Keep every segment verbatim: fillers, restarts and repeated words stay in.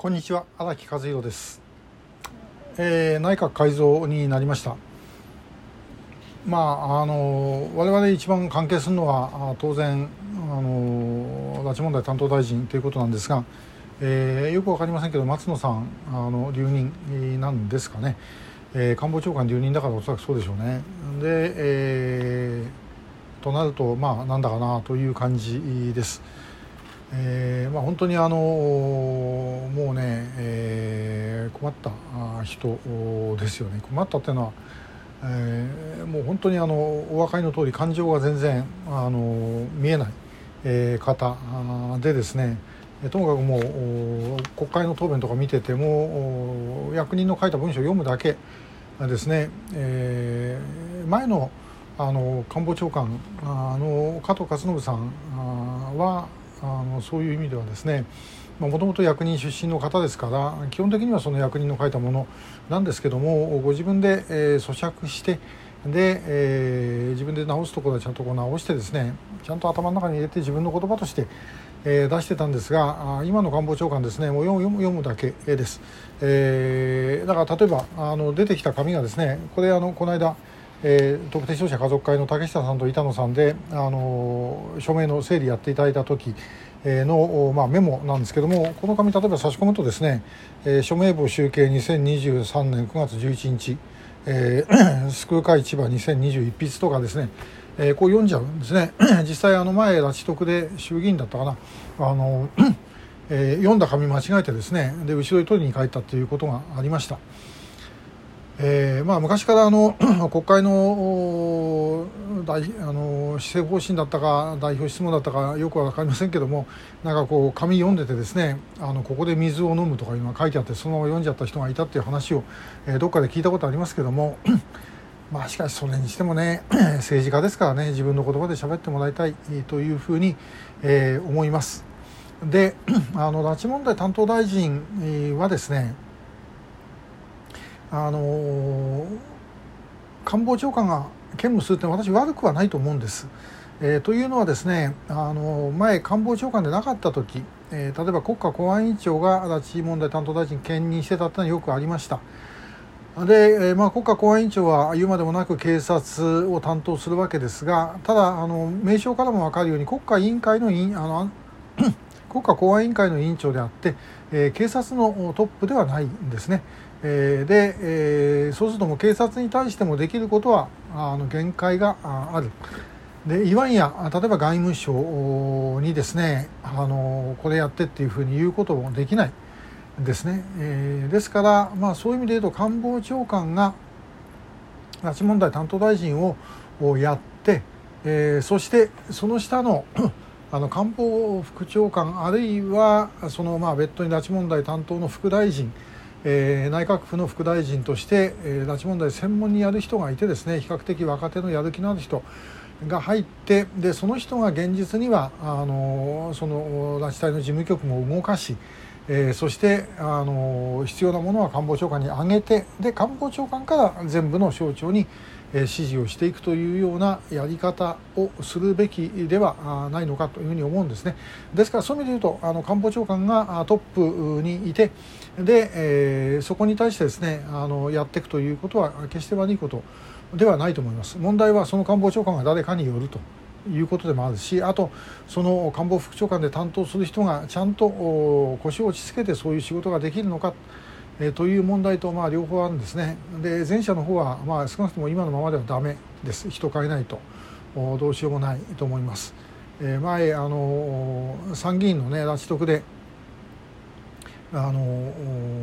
こんにちは、荒木和弘です。えー、内閣改造になりました。まああの我々一番関係するのは当然あの拉致問題担当大臣ということなんですが、えー、よくわかりませんけど松野さんあの留任なんですかね、えー、官房長官留任だからおそらくそうでしょうね。で、えー、となるとまあなんだかなという感じです。えーまあ、本当にあのもうね、えー、困った人ですよね。困ったっていうのは、えー、もう本当にあのお分かりの通り感情が全然あの見えない、えー、方でですね、ともかくもう国会の答弁とか見てても役人の書いた文章を読むだけですね、えー、前のあの官房長官あの加藤勝信さんはあのそういう意味ではですね、もともと役人出身の方ですから基本的にはその役人の書いたものなんですけども、ご自分で、えー、咀嚼してで、えー、自分で直すところはちゃんとこう直してですね、ちゃんと頭の中に入れて自分の言葉として、えー、出してたんですが、今の官房長官ですね、もう読む読むだけです。えー、だから例えばあの出てきた紙がですね、これあのこの間えー、特定消費者家族会の竹下さんと板野さんで、あのー、署名の整理やっていただいた時の、まあ、メモなんですけども、この紙例えば差し込むとですね、えー、署名簿集計にせんにじゅうさんねんくがつじゅういちにち、えー、救う会千葉にせんにじゅういち筆とかですね、えー、こう読んじゃうんですね。実際あの前拉致特で衆議院だったかな、あのーえー、読んだ紙間違えてですね、で後ろに取りに帰ったということがありました。えーまあ、昔からあの国会の大あの施政方針だったか代表質問だったかよくは分かりませんけども、なんかこう紙読んでてですね、あのここで水を飲むとかいうのが書いてあってそのまま読んじゃった人がいたっていう話を、えー、どっかで聞いたことありますけどもまあしかしそれにしてもね政治家ですからね、自分の言葉で喋ってもらいたいというふうに、えー、思います。であの拉致問題担当大臣はですね、あの官房長官が兼務するって私悪くはないと思うんです。えー、というのはですね、あの前官房長官でなかった時、えー、例えば国家公安委員長が拉致問題担当大臣兼任してたってのはよくありました。で、えーまあ、国家公安委員長は言うまでもなく警察を担当するわけですが、ただあの名称からも分かるように国家委員会の委員あの国家公安委員会の委員長であって、えー、警察のトップではないんですね。えー、で、えー、そうするともう警察に対してもできることはあの限界がある。でいわんや例えば外務省にですね、あのこれやってっていうふうに言うこともできないですね。えー、ですから、まあ、そういう意味で言うと官房長官が拉致問題担当大臣をやって、えー、そしてその下のあの官房副長官あるいはそのまあ別途に拉致問題担当の副大臣、えー、内閣府の副大臣として、えー、拉致問題専門にやる人がいてですね、比較的若手のやる気のある人が入って、でその人が現実にはあのその拉致隊の事務局も動かし、えー、そしてあの必要なものは官房長官に上げて、で官房長官から全部の省庁に指示をしていくというようなやり方をするべきではないのかというふうに思うんですね。ですからそういう意味で言うとあの官房長官がトップにいて、で、えー、そこに対してですねあのやっていくということは決して悪いことではないと思います。問題はその官房長官が誰かによるということでもあるし、あとその官房副長官で担当する人がちゃんと腰を落ち着けてそういう仕事ができるのかえという問題と、まあ、両方あるんですね。で前者の方は、まあ、少なくとも今のままではダメです。人変えないとどうしようもないと思います。えー、前あの参議院の、ね、拉致特であの、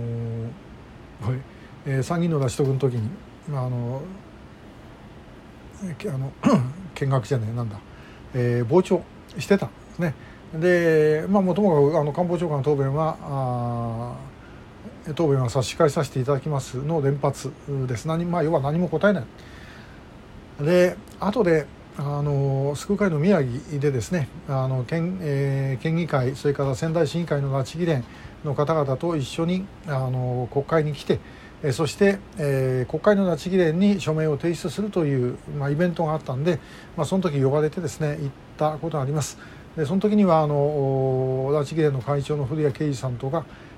えー、参議院の拉致特の時にあのあの見学じゃねえなんだ、えー、傍聴してたんですね。でまあもともとあの官房長官の答弁はあ答弁は差し控えさせていただきますの連発です。何、まあ、要は何も答えない。で後であの救う会の宮城でですね、あの 県,、えー、県議会それから仙台市議会の拉致議連の方々と一緒にあの国会に来て、えー、そして、えー、国会の拉致議連に署名を提出するという、まあ、イベントがあったんで、まあ、その時呼ばれてですね行ったことがあります。でその時にはあの拉致議連の会長の古谷啓二さんとか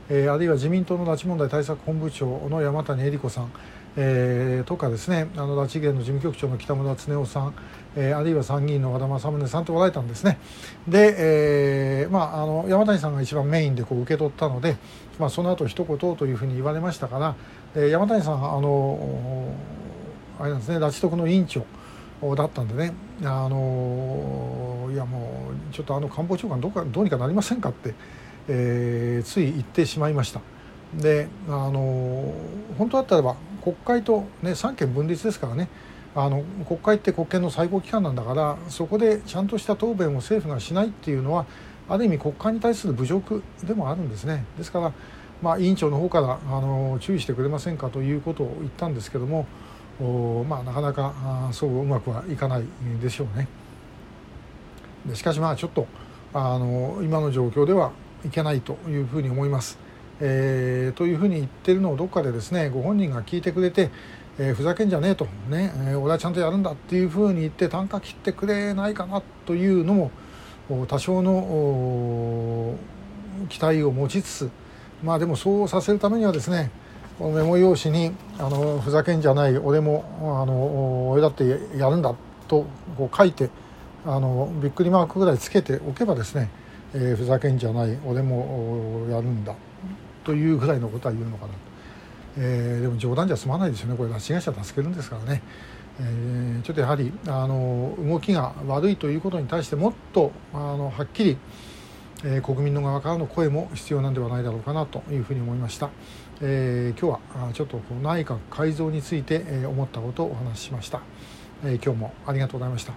えー、あるいは自民党の拉致問題対策本部長の山谷恵理子さん、えー、とかですね、あの拉致源の事務局長の北村恒夫さん、えー、あるいは参議院の和田政宗さんとおられたんですね。で、えーまあ、あの山谷さんが一番メインでこう受け取ったので、まあ、その後一言というふうに言われましたから、えー、山谷さんあのあれなんですね、拉致特の委員長だったんでね、あのいやもうちょっとあの官房長官どうかどうにかなりませんかって、えー、つい言ってしまいました。で、あの本当だったらば国会と、ね、三権分立ですからね、あの国会って国権の最高機関なんだから、そこでちゃんとした答弁を政府がしないっていうのはある意味国会に対する侮辱でもあるんですね。ですから、まあ、委員長の方からあの注意してくれませんかということを言ったんですけども、まあ、なかなかあそううまくはいかないでしょうね。でしかしまあちょっとあの今の状況ではいけないというふうに思います。えー、というふうに言ってるのをどっかでですね、ご本人が聞いてくれて、えー、ふざけんじゃねえとね、えー、俺はちゃんとやるんだっていうふうに言って単価切ってくれないかなというのも多少の期待を持ちつつ、まあでもそうさせるためにはですね、このメモ用紙にあのふざけんじゃない俺もあの俺だってやるんだとこう書いて、あのびっくりマークぐらいつけておけばですね、えー、ふざけんじゃない俺もやるんだというぐらいのことは言うのかな、えー、でも冗談じゃ済まないですよね。これ拉致被害者助けるんですからね、えー、ちょっとやはりあの動きが悪いということに対してもっとあのはっきり、えー、国民の側からの声も必要なんではないだろうかなというふうに思いました。えー、今日はちょっと内閣改造について思ったことをお話ししました。えー、今日もありがとうございました。